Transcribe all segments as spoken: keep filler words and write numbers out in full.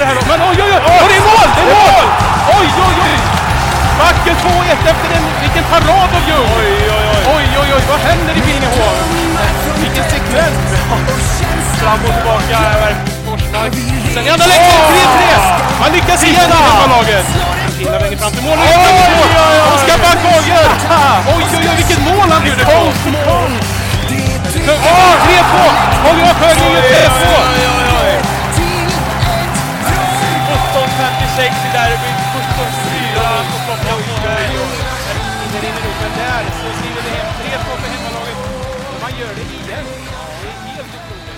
det här då. Men oj, oj, oj! Och det är mål! Det är mål! Oj, oj, oj! Backen två ett efter den. Vilken parad av Ljung! Oj, oj, oj! Oj, oj, oj! Vad händer i Billingehov? Vilken sekvens! Fram och tillbaka över Forsmark. Sen i andra läget tre tre! Man lyckas igen i hemmalaget. Finna vägen fram till mål. Oj, oj, oj! Oskar Backhagen! Oj, oj, oj! Vilket mål han gjorde på! tre två! Håller jag Sjögren tre två! sjutton femtiosex i derbyt, sjutton fyra på klockan. Det rinner upp, men där så skriver det hem tre två för hemmalaget. Och man gör det igen. Det är helt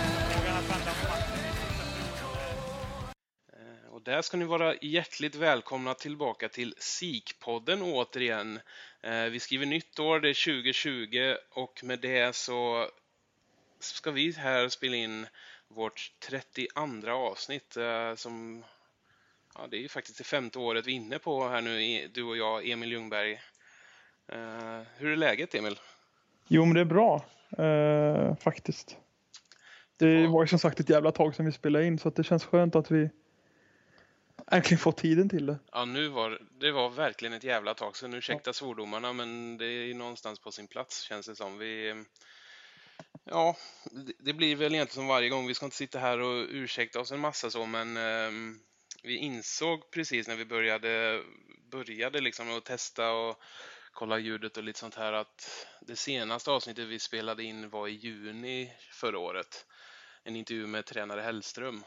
otroligt. Och där ska ni vara hjärtligt välkomna tillbaka till SIK-podden återigen. Vi skriver nytt år, det är tjugo tjugo, och med det så ska vi här spela in vårt trettioandra avsnitt som, ja, det är ju faktiskt det femte året vi är inne på här nu, du och jag, Emil Ljungberg. Hur är läget, Emil? Jo, men det är bra eh, faktiskt. Det var ju som sagt ett jävla tag sedan vi spelade in, så att det känns skönt att vi äntligen får tiden till det. Ja, nu var det var verkligen ett jävla tag sedan. Ursäkta svordomarna, men det är någonstans på sin plats, känns det som. Vi, ja, det blir väl egentligen som varje gång. Vi ska inte sitta här och ursäkta oss en massa så, men eh, vi insåg precis när vi började började liksom att testa och kolla ljudet och lite sånt här att det senaste avsnittet vi spelade in var i juni förra året. En intervju med tränare Hellström.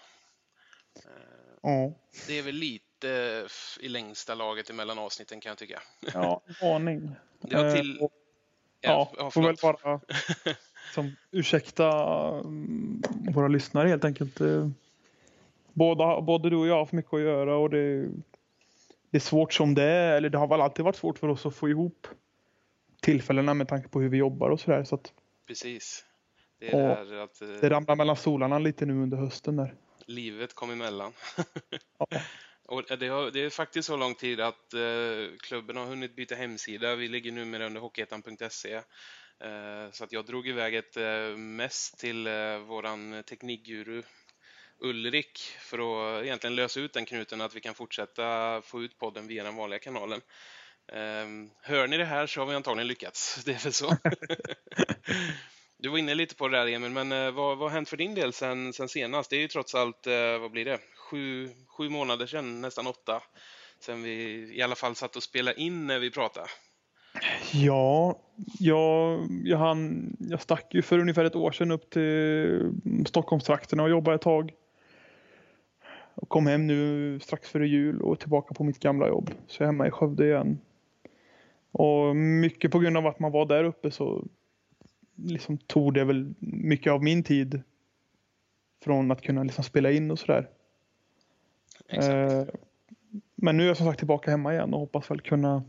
Ja. Det är väl lite i längsta laget emellan avsnitten, kan jag tycka. Ja, aning. Det var till... Eh, och, ja, ja får väl bara som, ursäkta um, våra lyssnare helt enkelt. Eh, båda, både du och jag har för mycket att göra, och det, det är svårt som det är. Eller det har väl alltid varit svårt för oss att få ihop tillfällena med tanke på hur vi jobbar och sådär. Så att, precis. Det är det här att... Eh, det ramlar mellan stolarna lite nu under hösten där. Livet kom emellan. Ja. Och det, har, det är faktiskt så lång tid att eh, klubben har hunnit byta hemsida. Vi ligger numera under hockeyettan punkt se. Eh, så att jag drog iväg ett eh, mess till eh, våran teknikguru Ulrik för att egentligen lösa ut den knuten att vi kan fortsätta få ut podden via den vanliga kanalen. Eh, hör ni det här så har vi antagligen lyckats. Det är väl så. Du var inne lite på det där, Emil, men eh, vad, vad har hänt för din del sen, sen senast? Det är ju trots allt, eh, vad blir det? Sju, sju månader sedan, nästan åtta. Sen vi i alla fall satt och spelade in när vi pratade. Ja, jag, jag, hann, jag stack ju för ungefär ett år sedan upp till Stockholmstrakterna och jobbade ett tag. Och kom hem nu strax före jul och tillbaka på mitt gamla jobb. Så jag är hemma i Skövde igen. Och mycket på grund av att man var där uppe så liksom tog det väl mycket av min tid från att kunna liksom spela in och sådär. Eh, men nu är jag som sagt tillbaka hemma igen och hoppas väl kunna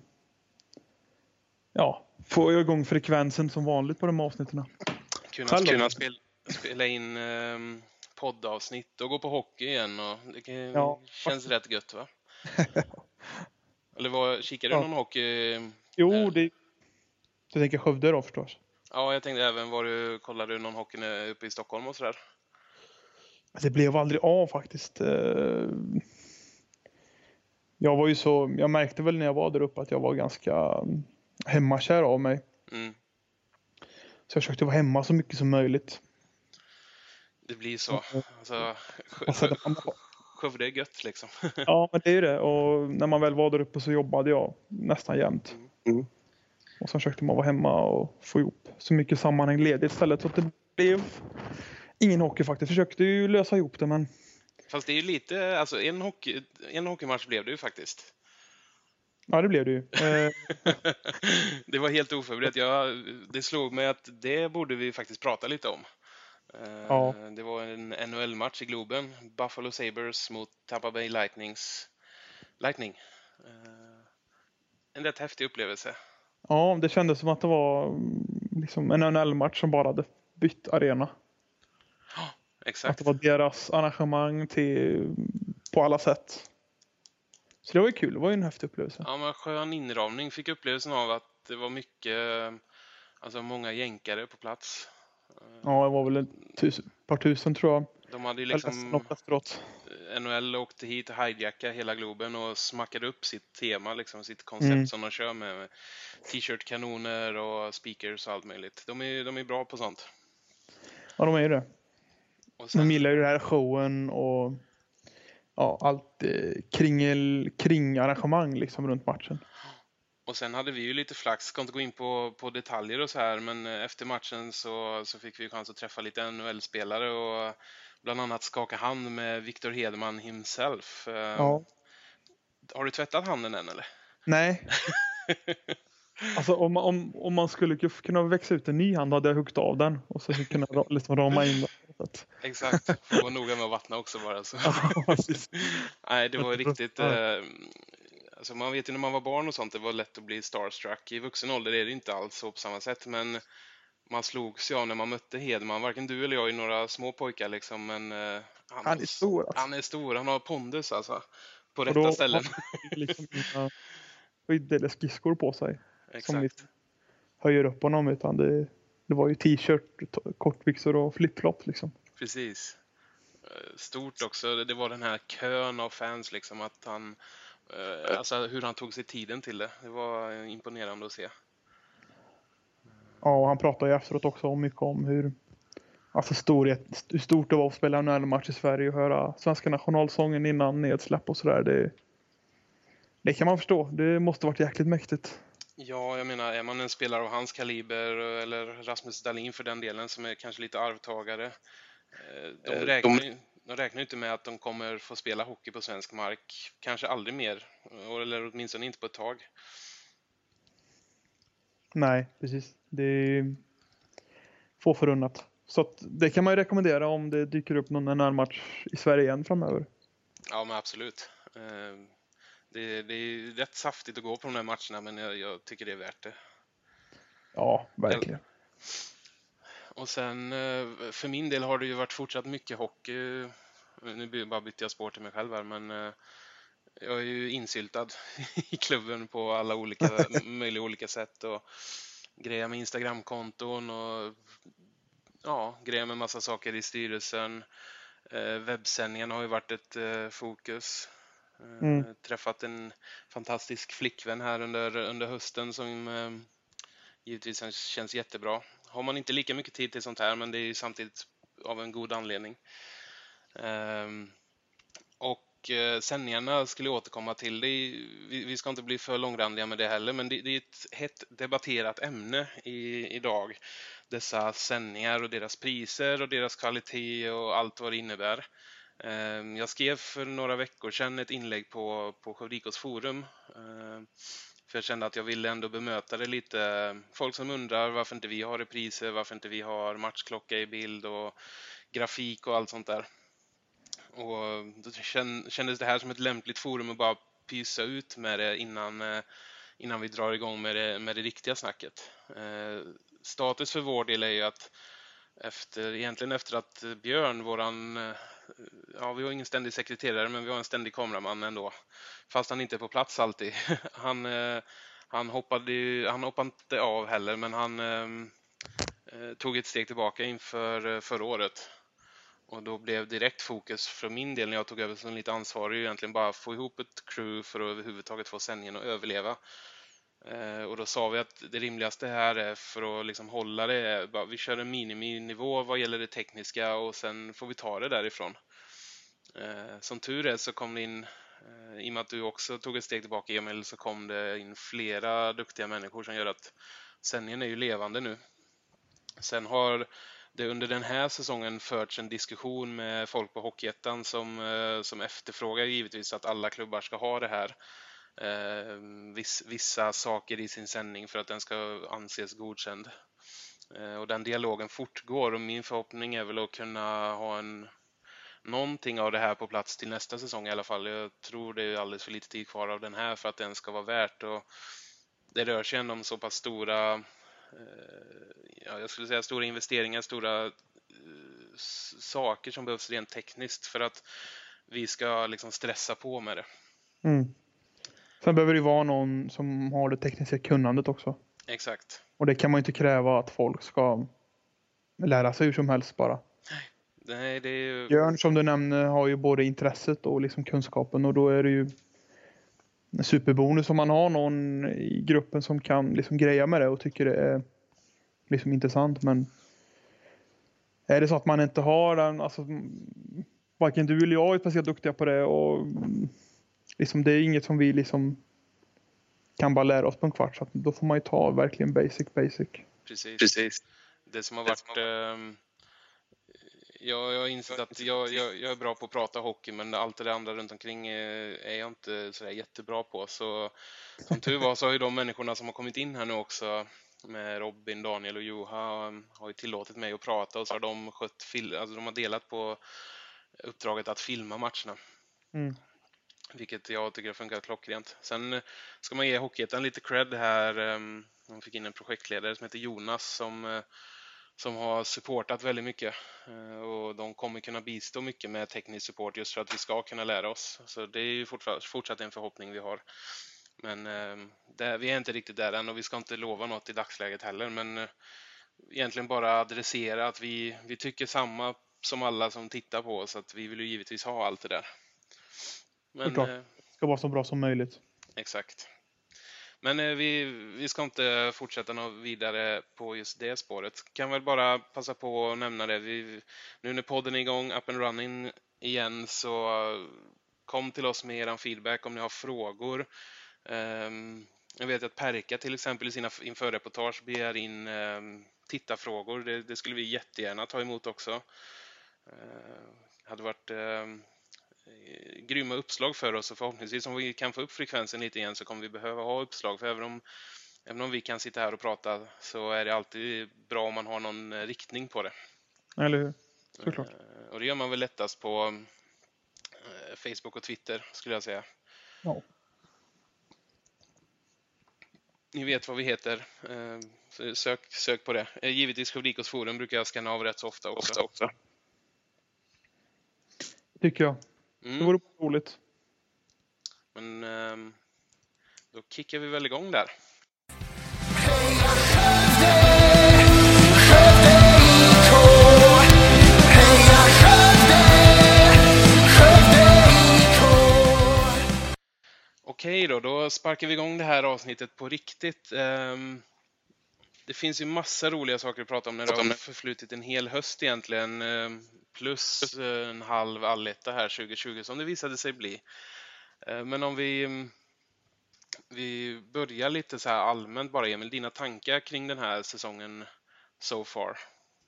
ja, få igång frekvensen som vanligt på de avsnitten. Kunna, kunna spela, spela in eh, poddavsnitt och gå på hockey igen. Och det kan, ja, känns fast... rätt gött, va? Eller vad, kikar du ja. någon hockey? Jo, eh? det jag tänker Skövde då förstås. Ja, jag tänkte även, var du, kollade du någon hockey uppe i Stockholm och sådär? Det blev aldrig av faktiskt. Jag var ju så, jag märkte väl när jag var där uppe att jag var ganska hemmakär av mig. Mm. Så jag försökte vara hemma så mycket som möjligt. Det blir så. Alltså, Skövde är gött liksom. Ja, men det är ju det. Och när man väl var där uppe så jobbade jag nästan jämt. Mm. Och så försökte man vara hemma och få ihop så mycket sammanhang ledigt istället. Så att det blev ingen hockey faktiskt. Försökte ju lösa ihop det, men... Fast det är ju lite... Alltså en, hockey, en hockeymatch blev det ju faktiskt. Ja, det blev det ju. Det var helt oförberett. Jag, det slog mig att det borde vi faktiskt prata lite om. Ja. Det var en N H L-match i Globen. Buffalo Sabres mot Tampa Bay Lightnings. Lightning. En rätt häftig upplevelse. Ja, det kändes som att det var liksom en N H L-match som bara hade bytt arena. Ja, exakt. Att det var deras arrangemang till, på alla sätt. Så det var ju kul, det var ju en häftig upplevelse. Ja, men skön inramning. Fick upplevelsen av att det var mycket, alltså många jänkare på plats. Ja, det var väl ett tusen, par tusen tror jag. De hade ju Jag läste liksom något efteråt. N H L åkte hit och hijackade hela Globen och smackade upp sitt tema, liksom sitt koncept Mm. som de kör med, med t-shirt-kanoner och speakers och allt möjligt. De är, de är bra på sånt. Ja, de är ju det. Och sen, De gillar ju det här showen och ja, allt eh, kringel, kringarrangemang liksom runt matchen. och sen hade vi ju lite flax, ska inte gå in på, på detaljer och så här, men eh, efter matchen så, så fick vi ju chans att träffa lite N H L-spelare och bland annat skaka hand med Victor Hedman himself. Eh, Ja. Har du tvättat handen än eller? Nej. Alltså om, om, om man skulle kunna växa ut en ny hand hade jag huggit av den och så kunna ra- liksom rama in den. Så att- Exakt, får vara noga med att vattna också bara. Så. Ja, precis. Nej, det var ju riktigt... Eh, alltså man vet ju när man var barn och sånt, det var lätt att bli starstruck. I vuxen ålder är det inte alls så på samma sätt, men man slogs ju av när man mötte Hedman. Varken du eller jag är några små pojkar liksom, men eh, han, Han är stor alltså. han är stor, han har pondus alltså. På Och rätta då ställen. har han liksom inga skydd eller skridskor på sig. Som Exakt. liksom höjer upp honom, utan det, det var ju t-shirt, t- kortbyxor och flipflop liksom. Precis. Eh, Stort också. Det var den här kön av fans liksom, att han... eh, Alltså hur han tog sig tiden till det. Det var eh, imponerande att se. Ja, och han pratade ju efteråt också om mycket om hur, alltså storhet, hur stort det var att spela en N H L-match i Sverige och höra svenska nationalsången innan nedsläpp och sådär. Det, det kan man förstå. Det måste varit jäkligt mäktigt. Ja, jag menar, är man en spelare av hans kaliber, eller Rasmus Dahlin för den delen, som är kanske lite arvtagare, eh, de Eh, räknar, ju- de räknar ju inte med att de kommer få spela hockey på svensk mark. Kanske aldrig mer, eller åtminstone inte på ett tag. Nej, precis. Det är få förunnat. Så att det kan man ju rekommendera om det dyker upp någon N H L-match i Sverige igen framöver. Ja, men absolut. Eh, Det, det är rätt saftigt att gå på de här matcherna, men jag, jag tycker det är värt det. Ja, verkligen. Och sen eh, för min del har det ju varit fortsatt mycket hockey. Nu by- bara bytte jag spår till mig själv här, men eh, jag är ju insyltad i klubben på alla olika möjliga olika sätt och grejer med Instagramkonton och ja, grejer med massa saker i styrelsen. Eh, Webbsändningen har ju varit ett eh, fokus. Eh, Mm. Träffat en fantastisk flickvän här under, under hösten som eh, givetvis känns jättebra. Har man inte lika mycket tid till sånt här, men det är ju samtidigt av en god anledning. Ehm, och eh, sändningarna skulle jag återkomma till. Det är, vi, vi ska inte bli för långrandiga med det heller, men det, det är ett hett debatterat ämne i, idag. Dessa sändningar och deras priser och deras kvalitet och allt vad det innebär. Ehm, Jag skrev för några veckor sedan ett inlägg på, på Skövdikos forum. Ehm, För jag kände att jag ville ändå bemöta det lite. Folk som undrar varför inte vi har repriser, varför inte vi har matchklocka i bild och grafik och allt sånt där. Och då kän- kändes det här som ett lämpligt forum att bara pysa ut med det innan, eh, innan vi drar igång med det, med det riktiga snacket. Eh, Status för vår del är ju att efter, egentligen efter att Björn, våran, eh, ja vi har ingen ständig sekreterare men vi har en ständig kameraman ändå. Fast han inte är på plats alltid. Han, eh, han hoppade ju, han hoppade inte av heller, men han eh, eh, tog ett steg tillbaka inför eh, förra året. Och då blev direkt fokus för min del när jag tog över som lite ansvarig egentligen bara få ihop ett crew för att överhuvudtaget få sändningen att överleva. Eh, och då sa vi att det rimligaste här är för att liksom hålla det, är bara, vi kör en miniminivå vad gäller det tekniska och sen får vi ta det därifrån. Eh, som tur är så kom det in, eh, i och med att du också tog ett steg tillbaka Emil, så kom det in flera duktiga människor som gör att sändningen är ju levande nu. Sen har det under den här säsongen förts en diskussion med folk på Hockeyettan som, eh, som efterfrågar givetvis att alla klubbar ska ha det här. Eh, viss, vissa saker i sin sändning för att den ska anses godkänd. Eh, och den dialogen fortgår och min förhoppning är väl att kunna ha en någonting av det här på plats till nästa säsong i alla fall. Jag tror det är alldeles för lite tid kvar av den här för att den ska vara värt. Och det rör sig ändå om så pass stora, eh, ja, jag skulle säga stora investeringar, stora eh, saker som behövs rent tekniskt för att vi ska liksom stressa på med det. Mm. Sen behöver det vara någon som har det tekniska kunnandet också. Exakt. Och det kan man inte kräva att folk ska lära sig hur som helst bara. Nej, det är ju... Björn som du nämner har ju både intresset och liksom kunskapen, och då är det ju en superbonus om man har någon i gruppen som kan liksom greja med det och tycker det är liksom intressant. Men är det så att man inte har den, alltså varken du eller jag är speciellt duktiga på det, och liksom det är inget som vi liksom kan bara lära oss på en kvart, så att då får man ju ta verkligen basic basic. Precis. Precis. Det som har varit... Eh, jag, jag har insett att jag, jag, jag är bra på att prata hockey, men allt det andra runt omkring är, är jag inte så där jättebra på. Så som tur var så har ju de människorna som har kommit in här nu också, med Robin, Daniel och Juha, har ju tillåtit mig att prata, och så har de skött fil- alltså de har delat på uppdraget att filma matcherna. Mm. Vilket jag tycker har funkat klockrent. Sen ska man ge Hockeyettan lite cred här. De fick in en projektledare som heter Jonas som, som har supportat väldigt mycket. Och de kommer kunna bistå mycket med teknisk support just för att vi ska kunna lära oss. Så det är ju fortsatt, fortsatt en förhoppning vi har. Men det, vi är inte riktigt där än, och vi ska inte lova något i dagsläget heller. Men egentligen bara adressera att vi, vi tycker samma som alla som tittar på oss. Att vi vill ju givetvis ha allt det där. Men, det ska vara så bra som möjligt. Exakt. Men eh, vi, vi ska inte fortsätta något vidare på just det spåret. Kan väl bara passa på att nämna det. Vi, nu när podden är igång, up and running igen, så kom till oss med er feedback om ni har frågor. Um, jag vet att Perka till exempel i sina införreportage begär in um, tittarfrågor. Det, det skulle vi jättegärna ta emot också. Uh, hade varit... Um, grymma uppslag för oss, och förhoppningsvis om vi kan få upp frekvensen lite igen så kommer vi behöva ha uppslag, för även om, även om vi kan sitta här och prata så är det alltid bra om man har någon riktning på det. Eller hur? Såklart. Och det gör man väl lättast på Facebook och Twitter, skulle jag säga. Ja. Ni vet vad vi heter. Sök, sök på det. Givetvis Skövdikos forum brukar jag scanna av rätt så ofta också. Ofta också. Tycker jag. Mm. Det vore roligt. Men um, då kickar vi väl igång där. Okej då, då sparkar vi igång det här avsnittet på riktigt. Um, det finns ju massa roliga saker att prata om när det har förflutit en hel höst egentligen. Um, plus en halv alletta här tjugo tjugo som det visade sig bli. Men om vi, vi börjar lite så här allmänt bara, Emil, dina tankar kring den här säsongen so far?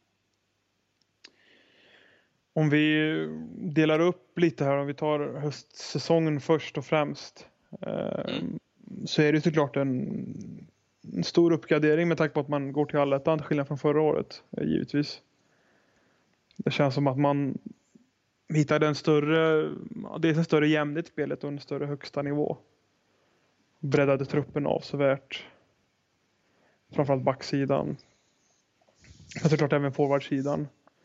Om vi delar upp lite här, om vi tar höstsäsongen först och främst, mm. så är det såklart en, en stor uppgradering med tanke på att man går till allettan till skillnad från förra året, givetvis. Det känns som att man hittade en större, dels en större jämnhet i spelet och en större högsta nivå. Breddade truppen avsevärt. Framförallt backsidan. Men såklart även forwardsidan.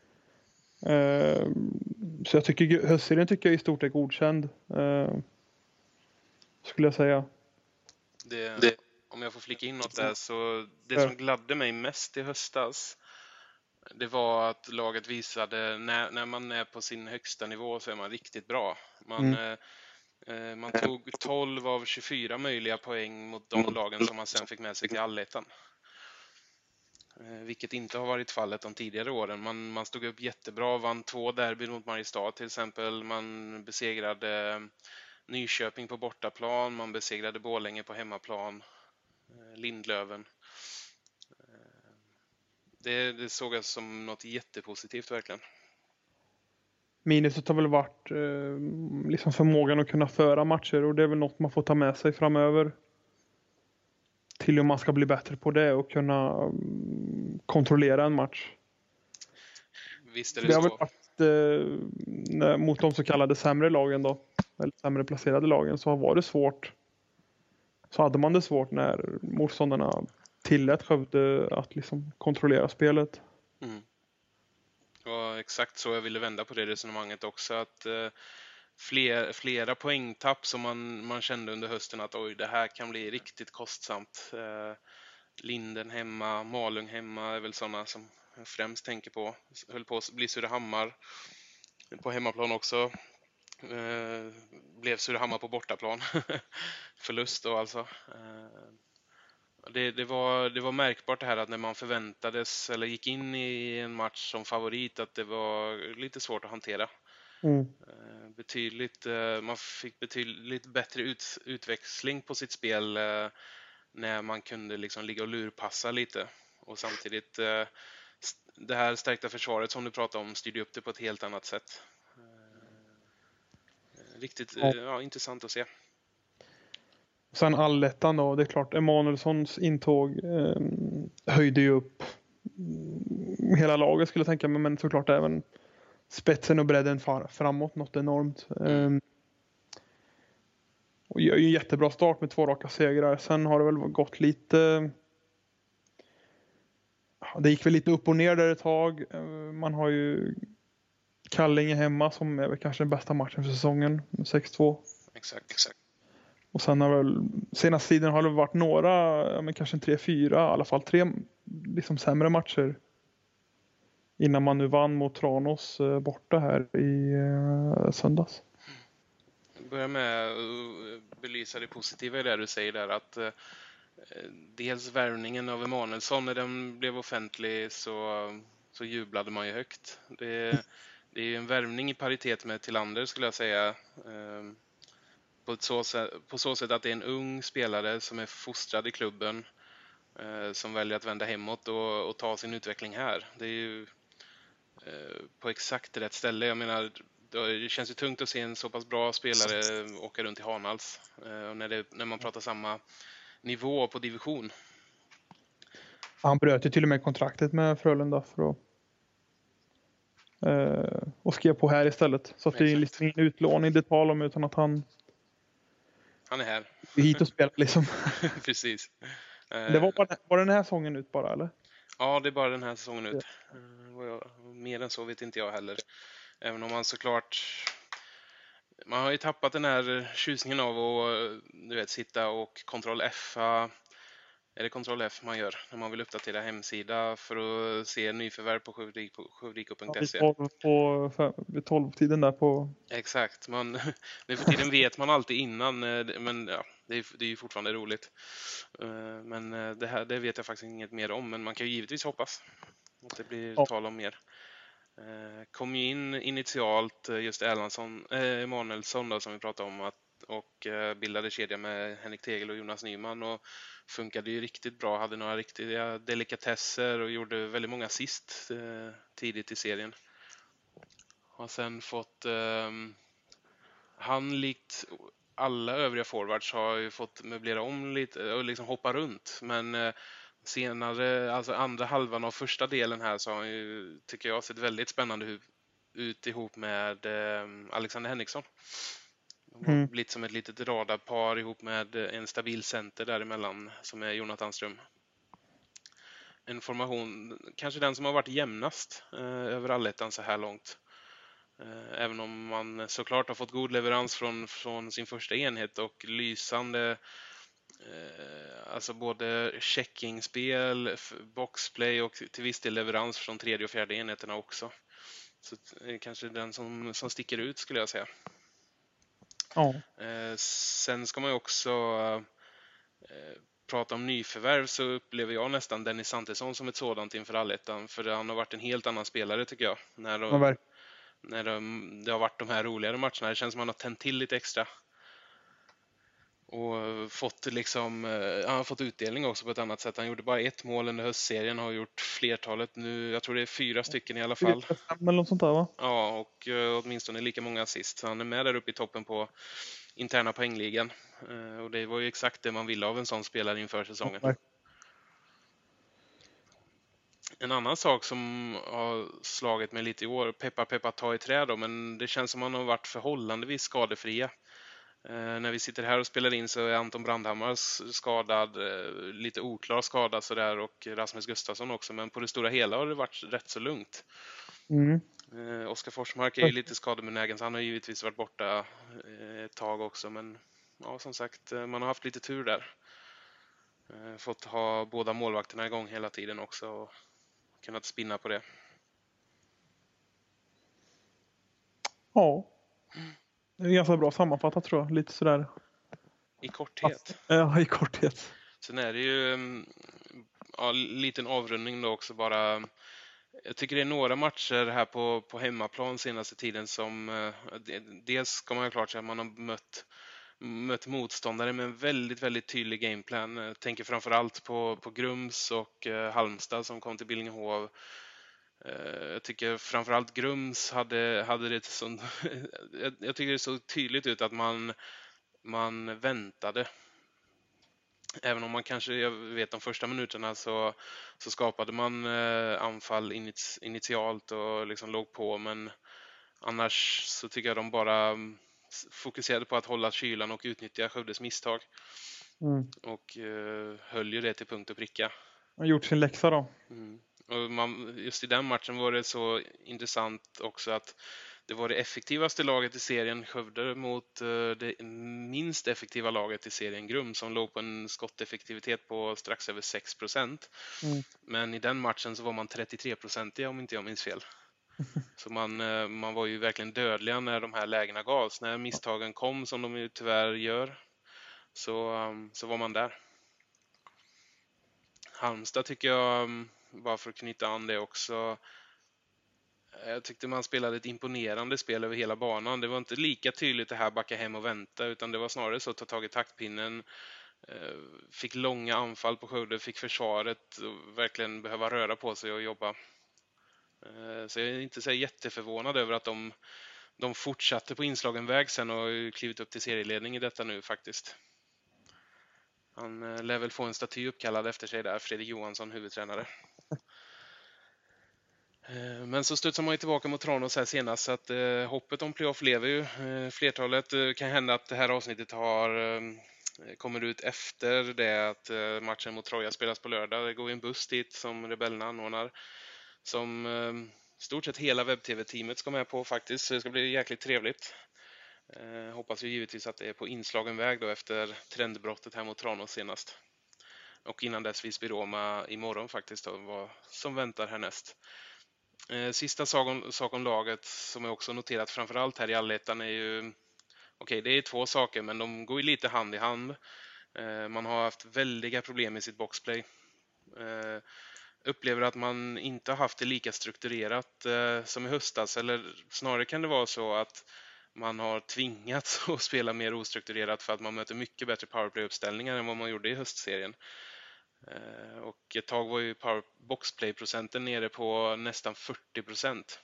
Så jag tycker höstserien tycker jag i stort är godkänd. Skulle jag säga. Det, det, om jag får flika in något där, så det som gladde mig mest i höstas, det var att laget visade när, när man är på sin högsta nivå så är man riktigt bra. Man, mm. eh, man tog tolv av tjugofyra möjliga poäng mot de lagen som man sen fick med sig till allettan. Eh, vilket inte har varit fallet de tidigare åren. Man, man stod upp jättebra, vann två derbyn mot Mariestad till exempel. Man besegrade Nyköping på bortaplan, man besegrade Borlänge på hemmaplan, eh, Lindlöven. Det, det såg jag som något jättepositivt verkligen. Minuset har väl varit eh, liksom förmågan att kunna föra matcher, och det är väl något man får ta med sig framöver. Till om man ska bli bättre på det och kunna um, kontrollera en match. Visst är det, det så. Har väl varit, eh, mot de så kallade sämre lagen då, eller sämre placerade lagen, så var det svårt. Så hade man det svårt när motståndarna tillät Skövde att liksom kontrollera spelet. Mm. Det var exakt så jag ville vända på det resonemanget också. Att eh, fler, flera poängtapp som man, man kände under hösten att oj, det här kan bli riktigt kostsamt. Eh, Linden hemma, Malung hemma är väl sådana som jag främst tänker på. Höll på att bli Surahammar på hemmaplan också. Eh, blev Surahammar på bortaplan. Förlust då alltså. Eh, det, det, var, det var märkbart det här att när man förväntades eller gick in i en match som favorit att det var lite svårt att hantera. Mm. Eh, betydligt, eh, man fick betydligt bättre ut, utväxling på sitt spel eh, när man kunde liksom ligga och lurpassa lite. Och samtidigt eh, det här stärkta försvaret som du pratade om styrde upp det på ett helt annat sätt. Eh, riktigt Ja. eh, ja, intressant att se. Sen allettan då, det är klart Emanuelssons intåg eh, höjde ju upp hela laget skulle jag tänka mig, men såklart även spetsen och bredden far, framåt något enormt. Mm. Eh, och gör ju en jättebra start med två raka segrar. Sen har det väl gått lite... Det gick väl lite upp och ner där ett tag. Eh, man har ju Kallinge hemma som är väl kanske den bästa matchen för säsongen med sex två. Exakt, exakt. Och sen har väl senaste tiden har det varit några, ja, men kanske en tre fyra, i alla fall tre liksom sämre matcher. Innan man nu vann mot Tranås eh, borta här i eh, söndags. Jag börjar med att belysa det positiva i det du säger där, att eh, dels värvningen av Emanuelsson, när den blev offentlig så, så jublade man ju högt. Det, det är ju en värvning i paritet med Tillander skulle jag säga. Eh, på, så, på så sätt att det är en ung spelare som är fostrad i klubben eh, som väljer att vända hemåt och, och ta sin utveckling här. Det är ju eh, på exakt rätt ställe. Jag menar, det känns ju tungt att se en så pass bra spelare åka runt i Hanhals eh, och när, det, när man pratar samma nivå på division. Han bröt ju till och med kontraktet med Frölunda för att eh, och skrev på här istället. Så att det är liksom ingen utlåning det tal om, utan att han han är här. är hit och spelar liksom. Precis. Det var, bara, var den här säsongen ut bara, eller? Ja, det är bara den här säsongen ut. Ja. Mer än så vet inte jag heller. Även om man såklart... Man har ju tappat den här tjusningen av att du vet, sitta och kontroll F. Är det kontroll F man gör när man vill uppdatera hemsida för att se nyförvärv på sjuvdiko punkt se? Ja, på, på vid tolv-tiden där på... Exakt. Man, nu för tiden vet man alltid innan, men ja, det är, det är ju fortfarande roligt. Men det här det vet jag faktiskt inget mer om, men man kan ju givetvis hoppas att det blir ja. tal om mer. Kom ju in initialt just Erlandsson, äh, Emanuelsson då, som vi pratade om, att, och bildade kedja med Henrik Tegel och Jonas Nyman och funkade ju riktigt bra, hade några riktiga delikatesser och gjorde väldigt många assist eh, tidigt i serien. Har sen fått eh, han likt alla övriga forwards har ju fått möblera om lite och liksom hoppa runt, men eh, senare, alltså andra halvan av första delen här, så har han ju, tycker jag, sett väldigt spännande ut ihop med eh, Alexander Henriksson. De har mm. blivit som ett litet radarpar ihop med en stabil center däremellan som är Jonathan Ström. En formation, kanske den som har varit jämnast eh, över allettan så här långt. Eh, även om man såklart har fått god leverans från, från sin första enhet och lysande eh, alltså både checkingspel, boxplay och till viss del leverans från tredje och fjärde enheterna också. Så eh, kanske den som, som sticker ut skulle jag säga. Ja. Eh, sen ska man ju också eh, prata om nyförvärv, så upplever jag nästan Dennis Santesson som ett sådant inför allettan, för han har varit en helt annan spelare tycker jag. När, de, ja, när de, det har varit de här roligare matcherna, det känns som att han har tänt till lite extra. Och fått liksom, han har fått utdelning också på ett annat sätt. Han gjorde bara ett mål under höstserien, har gjort flertalet nu, jag tror det är fyra stycken i alla fall. Eller något sånt där, va? Ja, och uh, åtminstone lika många assist. Så han är med där uppe i toppen på interna poängligan. Uh, och det var ju exakt det man ville av en sån spelare inför säsongen. Nej. En annan sak som har slagit mig lite i år, peppa peppa ta i trä då, men det känns som att man har varit förhållandevis skadefria. Eh, när vi sitter här och spelar in så är Anton Brandhammar skadad, eh, lite oklar skadad sådär, och Rasmus Gustafsson också, men på det stora hela har det varit rätt så lugnt. Mm. Eh, Oskar Forsmark är ju lite skadebenägen, så han har givetvis varit borta eh, ett tag också, men ja, som sagt, man har haft lite tur där. Eh, fått ha båda målvakterna igång hela tiden också och kunnat spinna på det. Ja. Det är ganska bra sammanfattat tror jag. Lite sådär. I korthet. Ja, i korthet. Sen är det ju ja, en liten avrundning då också bara. Jag tycker det är några matcher här på, på hemmaplan senaste tiden som dels ska man ju klart säga att man har mött, mött motståndare med en väldigt, väldigt tydlig gameplan. Jag tänker framförallt på, på Grums och eh, Halmstad som kom till Billingehov. Eh, jag tycker framförallt Grums hade, hade det så, jag, jag tycker det såg tydligt ut att man, man väntade. Även om man kanske, jag vet de första minuterna så, så skapade man eh, anfall init, initialt och liksom låg på, men annars så tycker jag de bara fokuserade på att hålla kylan och utnyttja Skövdes misstag. Mm. Och eh, höll ju det till punkt och pricka. Har gjort sin läxa då. Mm. Och man, just i den matchen var det så intressant också att det var det effektivaste laget i serien, Skövde, mot uh, det minst effektiva laget i serien, Grum, som låg på en skotteffektivitet på strax över sex procent. Mm. Men i den matchen så var man trettiotre procent, om inte jag minns fel. Så man, uh, man var ju verkligen dödliga när de här lägena gavs. När misstagen kom, som de ju tyvärr gör, så, um, så var man där. Halmstad tycker jag, um, bara för att knyta an det också, jag tyckte man spelade ett imponerande spel över hela banan. Det var inte lika tydligt det här backa hem och vänta, utan det var snarare så att ta tag i taktpinnen. Fick långa anfall på Skövde, fick försvaret verkligen behöva röra på sig och jobba. Så jag är inte så jätteförvånad över att de, de fortsatte på inslagen väg sen och klivit upp till serieledning i detta nu faktiskt. Han lär väl få en staty uppkallad efter sig där, Fredrik Johansson, huvudtränare. Men så studsar man ju tillbaka mot Tranås här senast, så att eh, hoppet om playoff lever ju. Eh, flertalet eh, kan hända att det här avsnittet har eh, kommer ut efter det att eh, matchen mot Troja spelas på lördag. Det går ju en buss dit som Rebellerna anordnar, som eh, stort sett hela webb-tv-teamet ska med på faktiskt, så det ska bli jäkligt trevligt. Eh, hoppas ju givetvis att det är på inslagen väg då efter trendbrottet här mot Tranås senast. Och innan dess Visby Roma imorgon faktiskt då, vad som väntar härnäst. Sista sak om, sak om laget som jag också noterat framförallt här i allettan är ju, okej okay, det är två saker men de går ju lite hand i hand. Man har haft väldiga problem i sitt boxplay. Upplever att man inte har haft det lika strukturerat som i höstas, eller snarare kan det vara så att man har tvingats att spela mer ostrukturerat för att man möter mycket bättre powerplay-uppställningar än vad man gjorde i höstserien. Och ett tag var ju power boxplay-procenten nere på nästan fyrtio procent.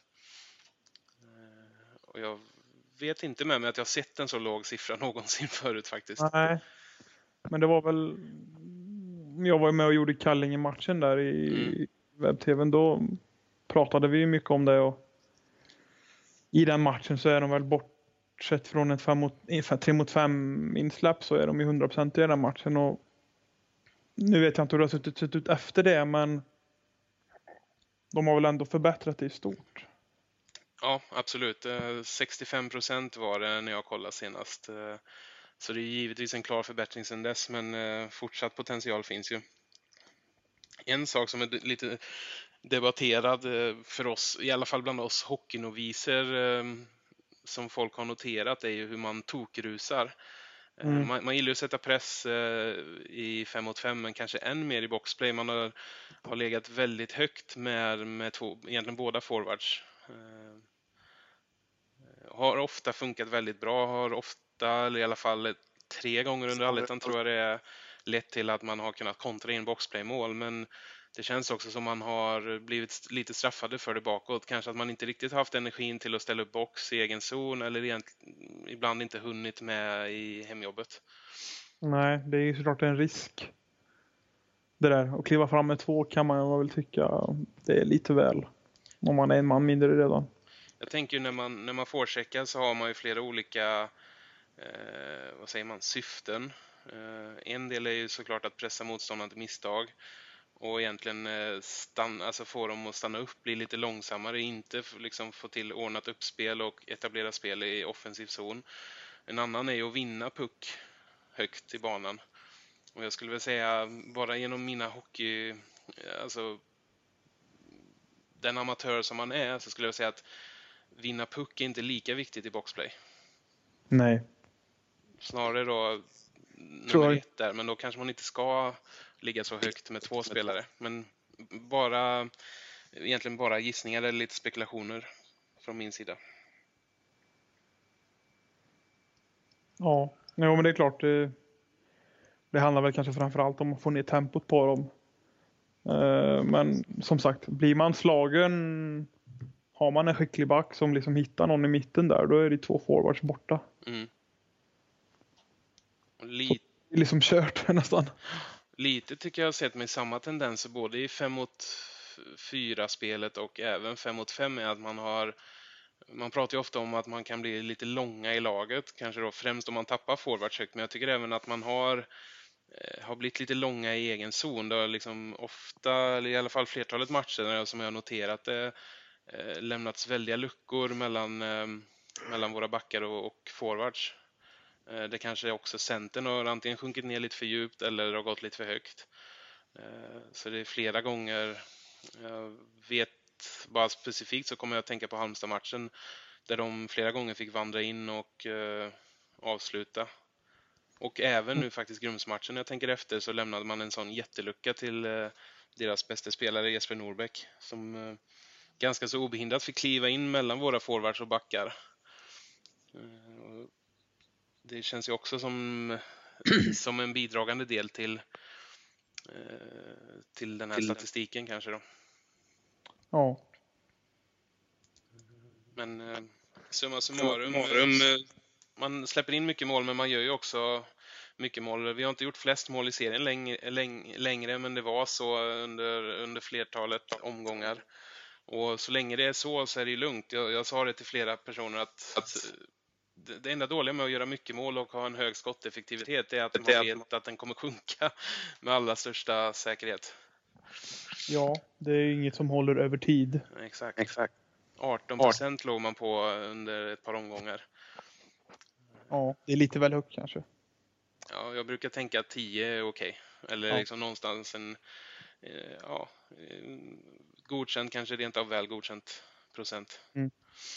Och jag vet inte med mig att jag sett en så låg siffra någonsin förut faktiskt. Nej, men det var väl... Jag var med och gjorde kalling i matchen där i mm. webb-tvn. Då pratade vi mycket om det. Och i den matchen så är de väl bortsett från ett tre mot fem insläpp så är de ju hundra procent i den matchen. Och nu vet jag inte hur det har sett ut, sett ut efter det, men de har väl ändå förbättrat det i stort. Ja, absolut. sextiofem procent var det när jag kollade senast. Så det är givetvis en klar förbättring sedan dess, men fortsatt potential finns ju. En sak som är lite debatterad för oss, i alla fall bland oss hockeynoviser, som folk har noterat, är ju hur man tokrusar. Mm. Man, man gillar att sätta press eh, i fem mot fem, men kanske än mer i boxplay. Man har, har legat väldigt högt med, med två, egentligen båda forwards. Eh, har ofta funkat väldigt bra. Har ofta, eller i alla fall tre gånger under allettan tror jag det är, lett till att man har kunnat kontra in boxplay-mål. Men det känns också som man har blivit lite straffade för det bakåt. Kanske att man inte riktigt haft energin till att ställa upp box i egen zon, eller egentligen, ibland inte hunnit med i hemjobbet. Nej, det är ju såklart en risk. Det där, att kliva fram med två kan man väl tycka det är lite väl. Om man är en man mindre redan. Jag tänker ju när man, när man forecheckar så har man ju flera olika eh, vad säger man, syften. Eh, en del är ju såklart att pressa motståndaren till misstag. Och egentligen stanna, alltså få dem att stanna upp, bli lite långsammare, inte liksom få till ordnat uppspel och etablera spel i offensiv zon. En annan är ju att vinna puck högt i banan. Och jag skulle väl säga, bara genom mina hockey, alltså den amatör som man är så skulle jag säga att vinna puck är inte lika viktigt i boxplay. Nej. Snarare då nummer Tror- ett där, men då kanske man inte ska ligga så högt med två spelare. Men bara, egentligen bara gissningar eller lite spekulationer från min sida. Ja, jo, men det är klart. Det, det handlar väl kanske framförallt om att få ner tempot på dem. Eh, Men som sagt, blir man slagen, har man en skicklig back som liksom hittar någon i mitten där, då är det två forwards borta. Mm. Och Lite, Det är liksom kört nästan. lite tycker jag har sett med samma tendenser både i fem mot fyra spelet och även fem mot fem är att man har man pratar ju ofta om att man kan bli lite långa i laget, kanske då främst om man tappar forwards högt, men jag tycker även att man har har blivit lite långa i egen zon. Det har liksom ofta, eller i alla fall flertalet matcher som jag har noterat det, eh, lämnats väldiga luckor mellan, eh, mellan våra backar och, och forwards. Eh, det kanske också centern har antingen sjunkit ner lite för djupt eller har gått lite för högt. Eh, så det är flera gånger, jag vet bara specifikt så kommer jag att tänka på Halmstad-matchen där de flera gånger fick vandra in och eh, avsluta. Och även nu faktiskt Grumsmatchen, jag tänker efter, så lämnade man en sån jättelucka till eh, deras bästa spelare Jesper Norbeck som eh, ganska så obehindrat fick kliva in mellan våra forwards och backar. Eh, det känns ju också som, som en bidragande del till, eh, till den här Till- statistiken kanske då. Ja. Men eh, summa summarum, eh, man släpper in mycket mål men man gör ju också mycket mål. Vi har inte gjort flest mål i serien längre, läng, längre men det var så under, under flertalet omgångar. Och så länge det är så så är det ju lugnt. Jag, jag sa det till flera personer att, att det, det enda dåliga med att göra mycket mål och ha en hög skotteffektivitet är att man vet att den kommer sjunka med allra största säkerhet. Ja, det är inget som håller över tid. Exakt. Exakt. arton procent låg man på under ett par omgångar. Ja, det är lite väl högt kanske. Ja, jag brukar tänka att tio är okej. Eller Ja. liksom någonstans en eh, ja, eh, godkänt, kanske rent av väl godkänt procent. Mm.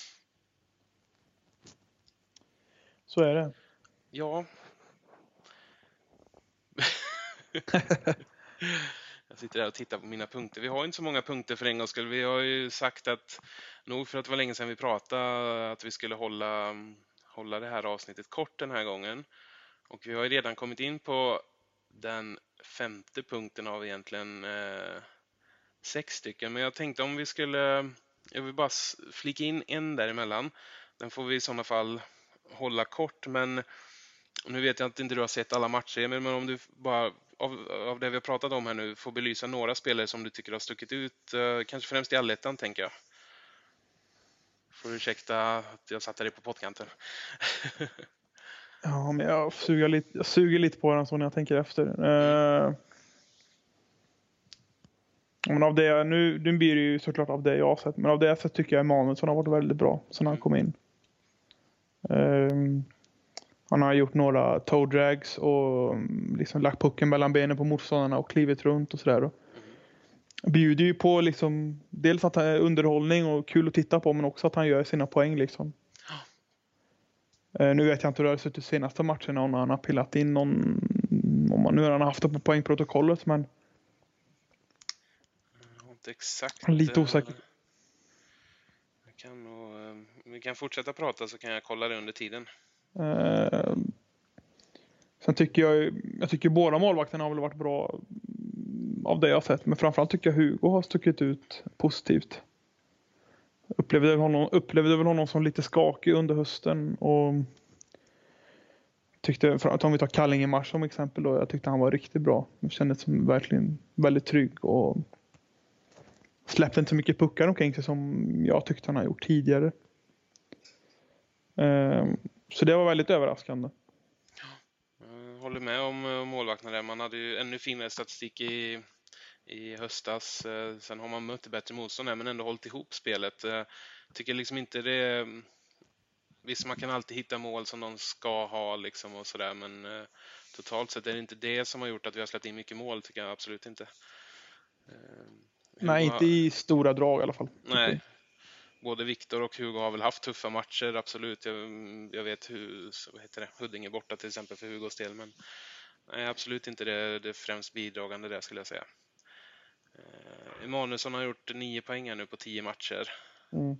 Så är det. Ja. Jag sitter där och tittar på mina punkter. Vi har inte så många punkter för en gångs skull. Vi har ju sagt att, nog för att det var länge sedan vi pratade, att vi skulle hålla, hålla det här avsnittet kort den här gången. Och vi har ju redan kommit in på den femte punkten av egentligen eh, sex stycken. Men jag tänkte om vi skulle, jag vill bara flika in en däremellan. Den får vi i sådana fall hålla kort, men nu vet jag att inte du har sett alla matcher, men om du bara av, av det vi har pratat om här nu får belysa några spelare som du tycker har stuckit ut, eh, kanske främst i allettan tänker jag. Får du ursäkta att jag satte dig på pottkanten. Ja, men jag suger lite, jag suger lite på den så när jag tänker efter. Mm. Uh, men av det, nu, nu blir det ju såklart av det jag har sett, men av det jag sett tycker jag Emanuelsson har varit väldigt bra sen han kom in. Uh, han har gjort några toe drags och liksom lagt pucken mellan benen på motståndarna och klivit runt och sådär. Mm. Bjuder ju på liksom, dels att han är underhållning och kul att titta på, men också att han gör sina poäng liksom. Uh, nu vet jag inte hur det har sett ut senaste matcherna om han har pillat in någon, om man nu har han haft det på poängprotokollet, men inte exakt. Lite osäker. Vi kan, nog, vi kan fortsätta prata så kan jag kolla det under tiden. Uh, sen tycker jag, jag tycker båda målvakterna har väl varit bra av det jag har sett, men framförallt tycker jag Hugo har stuckit ut positivt. Upplevde honom, upplevde väl honom som lite skakig under hösten och tyckte, om vi tar Kallingemars som exempel då, jag tyckte han var riktigt bra. Jag kände som verkligen väldigt trygg och släppte inte så mycket puckar omkring sig som jag tyckte han har gjort tidigare. Um, så det var väldigt överraskande. Jag håller med om målvakterna där. Man hade ju ännu finare statistik i, i höstas. Sen har man mött bättre motstånd här, men ändå hållit ihop spelet. Jag tycker liksom inte det... Visst, man kan alltid hitta mål som de ska ha liksom och sådär, men eh, totalt sett är det inte det som har gjort att vi har släppt in mycket mål, tycker jag absolut inte. Eh, Nej, inte i stora drag i alla fall. Nej. Både Viktor och Hugo har väl haft tuffa matcher, absolut. Jag, jag vet hur, vad heter det, Huddinge borta till exempel för Hugos del, men nej, absolut inte det, det främst bidragande där skulle jag säga. Eh, Emanuelsson har gjort nio poäng nu på tio matcher. Mm.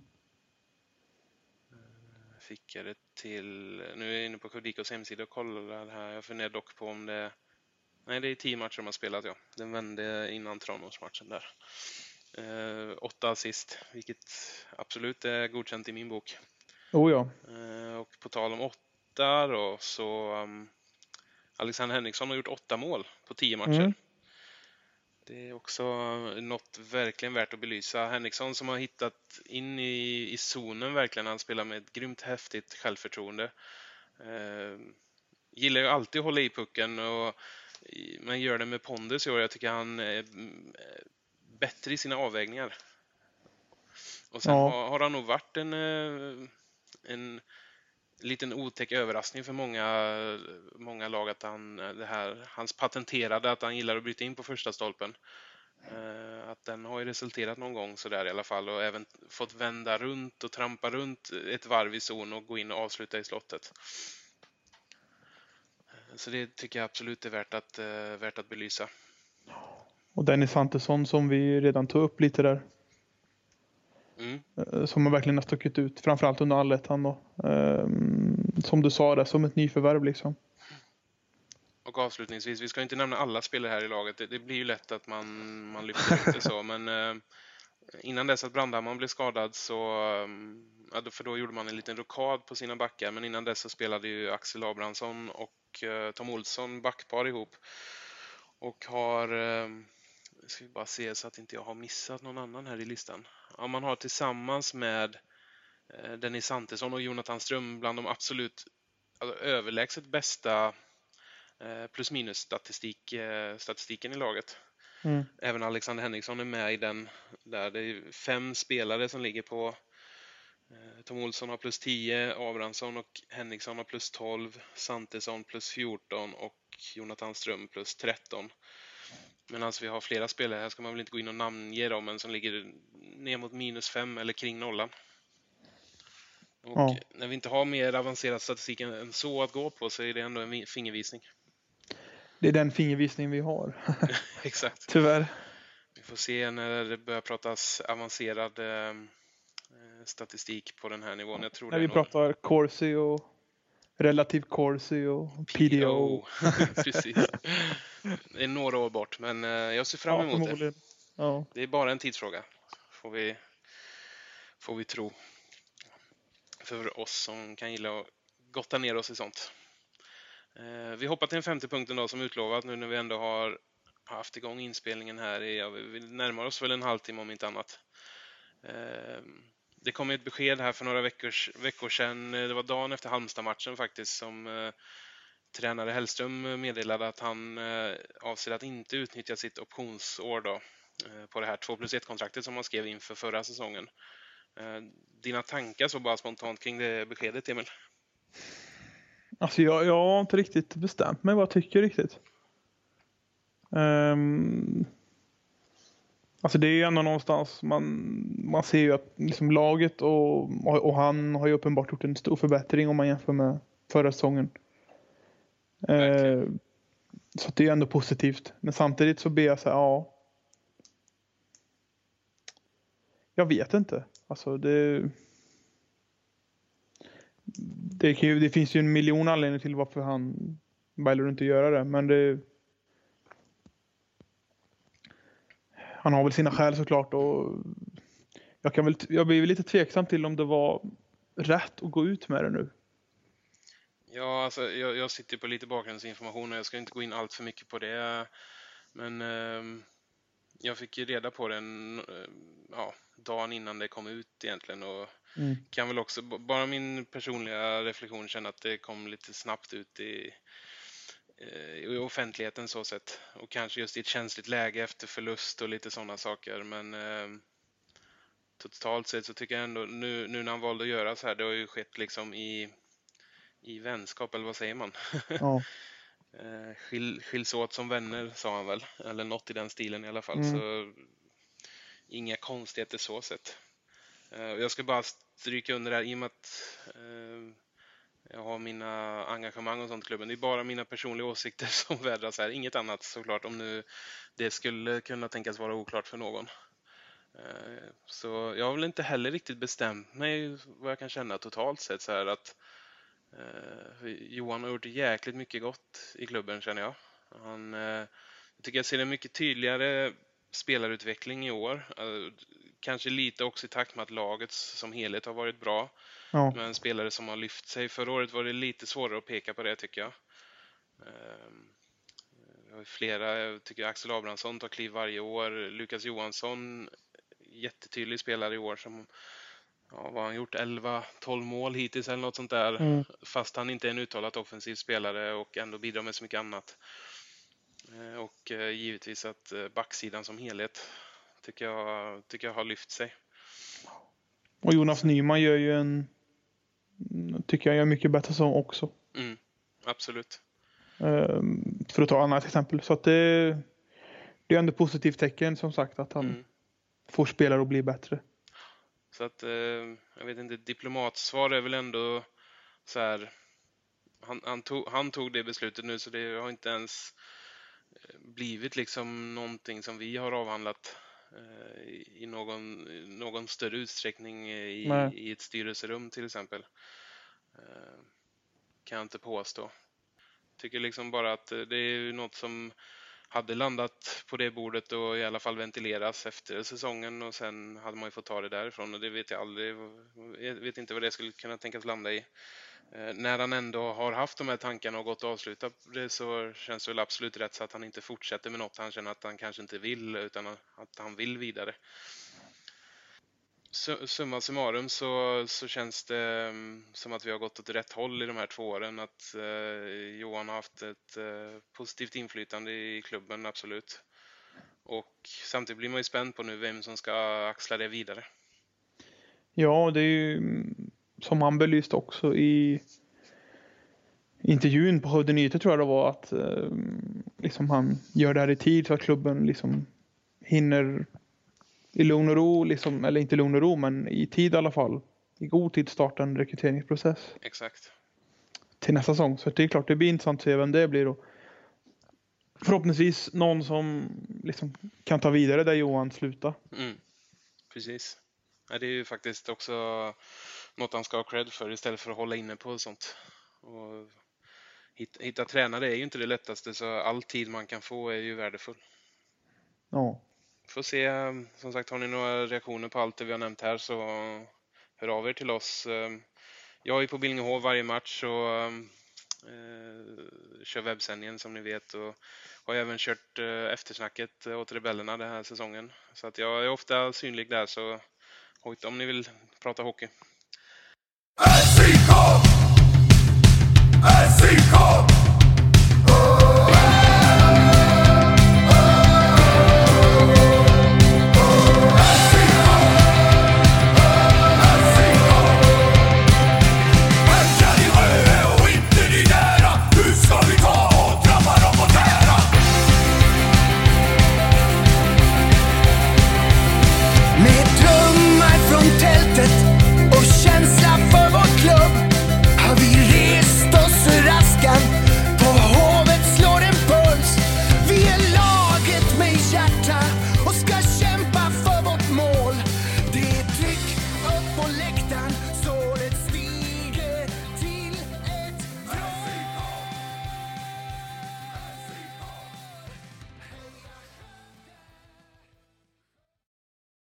Fick jag det till, nu är jag inne på Kodikos hemsida och kollar här. Jag funderar dock på om det, nej det är tio matcher de har spelat, ja. Den vände innan Tranåsmatchen där. Eh, åtta assist, vilket absolut är godkänt i min bok. Oh ja. Eh, och på tal om åtta då, så um, Alexander Henriksson har gjort åtta mål på tio matcher. Mm. Det är också något verkligen värt att belysa. Henriksson som har hittat in i, i zonen verkligen. Han spelar med ett grymt häftigt självförtroende. Eh, gillar ju alltid att hålla i pucken, och man gör det med pondus i år. Jag tycker han är bättre i sina avvägningar. Och sen ja. har, har han nog varit en, en liten otäck överraskning för många, många lag att han, det här, hans patenterade att han gillar att bryta in på första stolpen. Att den har ju resulterat någon gång så där i alla fall, och även fått vända runt och trampa runt ett varv i zon och gå in och avsluta i slottet. Så det tycker jag absolut är värt att, värt att belysa. Och Dennis Antesson som vi redan tog upp lite där. Mm. Som har verkligen har stuckit ut, framförallt under allettan då. Ehm, som du sa där, som ett nyförvärv liksom. Och avslutningsvis, vi ska inte nämna alla spelare här i laget. Det, det blir ju lätt att man, man lyfter ut det så. Men eh, innan dess att Brandhammar blev skadad så, ja, för då gjorde man en liten rokad på sina backar. Men innan dess så spelade ju Axel Abrahamsson och eh, Tom Olsson backpar ihop. Och har, eh, ska vi bara se så att inte jag har missat någon annan här i listan. Ja, man har tillsammans med eh, Dennis Antesson och Jonathan Ström bland de absolut alltså, överlägset bästa plus minus statistik, statistiken i laget. Mm. Även Alexander Henriksson är med i den där. Det är fem spelare som ligger på. Tom Olsson har plus tio, Abrahamsson och Henriksson har plus tolv, Santesson plus fjorton och Jonathan Ström plus tretton. Men alltså vi har flera spelare här, ska man väl inte gå in och namnge dem, men som ligger ner mot minus fem eller kring nollan. Och ja. När vi inte har mer avancerad statistik än så att gå på, så är det ändå en fingervisning. Det är den fingervisning vi har. Exakt. Tyvärr. Vi får se när det börjar pratas avancerad eh, statistik på den här nivån. Jag tror när det vi nog... pratar Corsi och relativ Corsi och P D O. Precis. Det är några år bort, men eh, jag ser fram emot ja, det. Ja. Det är bara en tidsfråga. Får vi, får vi tro. För oss som kan gilla att gotta ner oss i sånt. Vi hoppar till den femte punkten då, som utlovat nu när vi ändå har haft igång inspelningen här. Ja, vi närmar oss väl en halvtimme om inte annat. Det kom ett besked här för några veckors, veckor sedan. Det var dagen efter Halmstad-matchen faktiskt som eh, tränare Hellström meddelade att han eh, avser att inte utnyttja sitt optionsår då, eh, på det här två plus ett-kontraktet som han skrev inför förra säsongen. Eh, dina tankar så bara spontant kring det beskedet, Emil? Alltså jag, jag har inte riktigt bestämt mig vad jag tycker riktigt. Um, alltså det är ju ändå någonstans, man, man ser ju att liksom laget och, och, och han har ju uppenbart gjort en stor förbättring om man jämför med förra säsongen. Uh, så det är ändå positivt. Men samtidigt så blir jag så här, ja. Jag vet inte. Alltså det... Det, kan ju, det finns ju en miljon anledningar till varför han väljer inte att göra det. Men det... Han har väl sina skäl såklart. Och jag, kan väl, jag blir lite tveksam till om det var rätt att gå ut med det nu. Ja, alltså, jag, jag sitter på lite bakgrundsinformation och jag ska inte gå in allt för mycket på det. Men eh, jag fick ju reda på den ja, dagen innan det kom ut egentligen. Och mm. kan väl också, bara min personliga reflektion, känna att det kom lite snabbt ut i, i offentligheten så sett. Och kanske just i ett känsligt läge efter förlust och lite sådana saker. Men eh, totalt sett så tycker jag ändå, nu, nu när han valde att göra så här, det har ju skett liksom i, i vänskap, eller vad säger man? Ja. Skil, skiljs åt som vänner, sa han väl. Eller något i den stilen i alla fall. Mm. Så inga konstigheter så sett. Jag ska bara stryka under det här i och med att jag har mina engagemang och sånt i klubben. Det är bara mina personliga åsikter som vädras här. Inget annat såklart, om nu det skulle kunna tänkas vara oklart för någon. Så jag har väl inte heller riktigt bestämt mig vad jag kan känna totalt sett så här att Johan har gjort jäkligt mycket gott i klubben, känner jag. Han, jag tycker jag ser en mycket tydligare spelarutveckling i år. Kanske lite också i takt med att laget som helhet har varit bra. Ja. Men spelare som har lyft sig. Förra året var det lite svårare att peka på det, tycker jag. Jag har flera, jag tycker Axel Abrahamsson tar kliv varje år. Lukas Johansson, jättetydlig spelare i år som ja, vad han gjort, elva tolv mål hittills eller något sånt där. Mm. Fast han inte är en uttalat offensiv spelare och ändå bidrar med så mycket annat. Och givetvis att backsidan som helhet tycker jag, tycker jag har lyft sig. Och Jonas Nyman gör ju en, tycker jag gör mycket bättre som också. Mm, absolut. Um, för att ta ett annat exempel. Så att det, det är ändå positivt tecken som sagt att han mm. får spelare att bli bättre. Så att, eh, jag vet inte, diplomatsvar är väl ändå så här, han, han, tog, han tog det beslutet nu så det har inte ens blivit liksom någonting som vi har avhandlat eh, i någon, någon större utsträckning i, i ett styrelserum till exempel. Eh, kan jag inte påstå. Tycker liksom bara att det är något som hade landat på det bordet och i alla fall ventileras efter säsongen och sen hade man ju fått ta det därifrån och det vet jag aldrig, jag vet inte vad det skulle kunna tänkas landa i. Eh, när han ändå har haft de här tankarna och gått och avslutat det så känns det väl absolut rätt så att han inte fortsätter med något han känner att han kanske inte vill utan att han vill vidare. Summa summarum så, så känns det um, som att vi har gått åt rätt håll i de här två åren. Att uh, Johan har haft ett uh, positivt inflytande i klubben, absolut. Och samtidigt blir man ju spänd på nu vem som ska axla det vidare. Ja, det är ju som han belyst också i intervjun på Skövde Nyheter tror jag det var att uh, liksom han gör det här i tid så att klubben liksom hinner i lugn och ro, liksom, eller inte lugn och ro, men i tid i alla fall. I god tid starta en rekryteringsprocess. Exakt. Till nästa säsong. Så det är klart, det blir intressant att se vem det blir. Och förhoppningsvis någon som liksom kan ta vidare där Johan slutar. Mm. Precis. Ja, det är ju faktiskt också något han ska ha cred för istället för att hålla inne på sånt. Och hitta, hitta tränare är ju inte det lättaste, så all tid man kan få är ju värdefull. Ja. Får se, som sagt, har ni några reaktioner på allt det vi har nämnt här så hör av er till oss. Jag är på Billingehov varje match och eh, kör webbsändningen som ni vet och har även kört eh, eftersnacket åt Rebellerna den här säsongen. Så att jag är ofta synlig där, så hojta om ni vill prata hockey. S I K! S I K! Och ska kämpa för vårt mål. Det är tryck upp på läktaren.